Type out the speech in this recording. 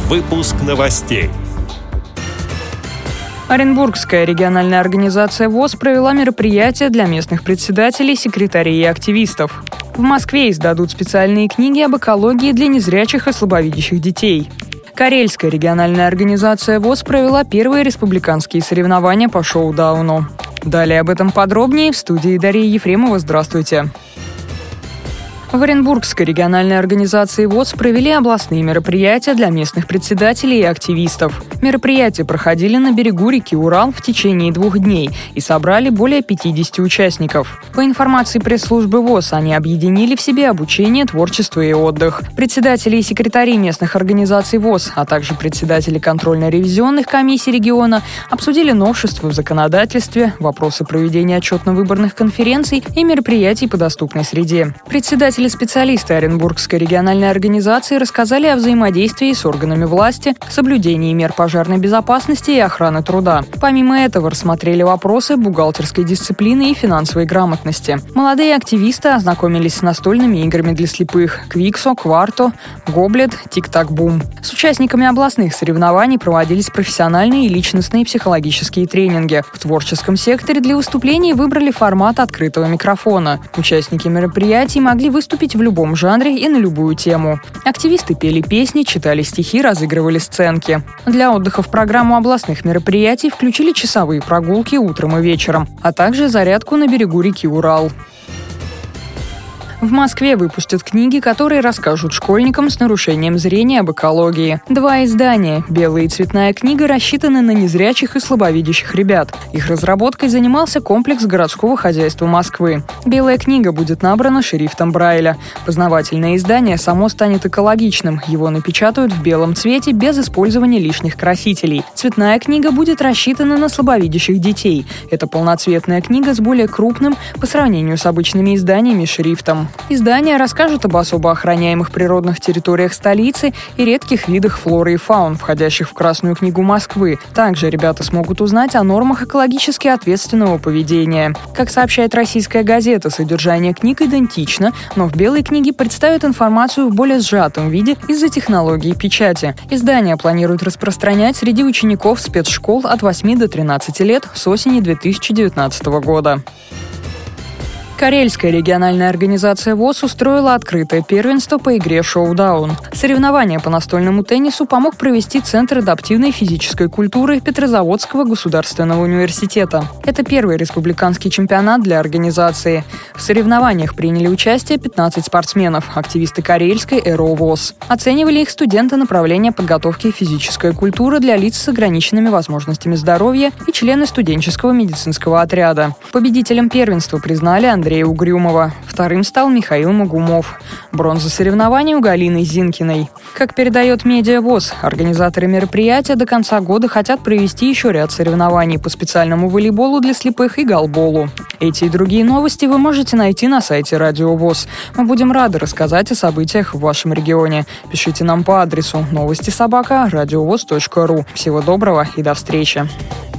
Выпуск новостей. Оренбургская региональная организация ВОС провела мероприятие для местных председателей, секретарей и активистов. В Москве издадут специальные книги об экологии для незрячих и слабовидящих детей. Карельская региональная организация ВОС провела первые республиканские соревнования по шоу-дауну. Далее об этом подробнее в студии Дарья Ефремова. Здравствуйте. В Оренбургской региональной организации ВОС провели областные мероприятия для местных председателей и активистов. Мероприятия проходили на берегу реки Урал в течение 2 дней и собрали более 50 участников. По информации пресс-службы ВОС, они объединили в себе обучение, творчество и отдых. Председатели и секретари местных организаций ВОС, а также председатели контрольно-ревизионных комиссий региона обсудили новшества в законодательстве, вопросы проведения отчетно-выборных конференций и мероприятий по доступной среде. Специалисты Оренбургской региональной организации рассказали о взаимодействии с органами власти, соблюдении мер пожарной безопасности и охраны труда. Помимо этого рассмотрели вопросы бухгалтерской дисциплины и финансовой грамотности. Молодые активисты ознакомились с настольными играми для слепых «Квиксо», «Кварто», «Гоблет», «Тик-так-бум». С участниками областных соревнований проводились профессиональные и личностные психологические тренинги. В творческом секторе для выступлений выбрали формат открытого микрофона. Участники мероприятий могли выступить в любом жанре и на любую тему. Активисты пели песни, читали стихи, разыгрывали сценки. Для отдыха в программу областных мероприятий включили часовые прогулки утром и вечером, а также зарядку на берегу реки Урал. В Москве выпустят книги, которые расскажут школьникам с нарушением зрения об экологии. 2 издания «Белая и цветная книга» рассчитаны на незрячих и слабовидящих ребят. Их разработкой занимался комплекс городского хозяйства Москвы. «Белая книга» будет набрана шрифтом Брайля. Познавательное издание само станет экологичным. Его напечатают в белом цвете без использования лишних красителей. «Цветная книга» будет рассчитана на слабовидящих детей. Это полноцветная книга с более крупным, по сравнению с обычными изданиями, шрифтом. Издания расскажут об особо охраняемых природных территориях столицы и редких видах флоры и фаун, входящих в Красную книгу Москвы. Также ребята смогут узнать о нормах экологически ответственного поведения. Как сообщает российская газета, содержание книг идентично, но в белой книге представят информацию в более сжатом виде из-за технологии печати. Издание планируют распространять среди учеников спецшкол от 8 до 13 лет с осени 2019 года. Карельская региональная организация ВОС устроила открытое первенство по игре «Шоу-даун». Соревнования по настольному теннису помог провести Центр адаптивной физической культуры Петрозаводского государственного университета. Это первый республиканский чемпионат для организации. В соревнованиях приняли участие 15 спортсменов, активисты Карельской ЭРО ВОС. Оценивали их студенты направления подготовки физическая культура для лиц с ограниченными возможностями здоровья и члены студенческого медицинского отряда. Победителем первенства признали Андрея Угрюмова. Вторым стал Михаил Магумов. Бронза соревнований у Галины Зинкиной. Как передает медиа ВОС, организаторы мероприятия до конца года хотят провести еще ряд соревнований по специальному волейболу для слепых и голболу. Эти и другие новости вы можете найти на сайте Радио ВОС. Мы будем рады рассказать о событиях в вашем регионе. Пишите нам по адресу новости@радиовос.ру. Всего доброго и до встречи.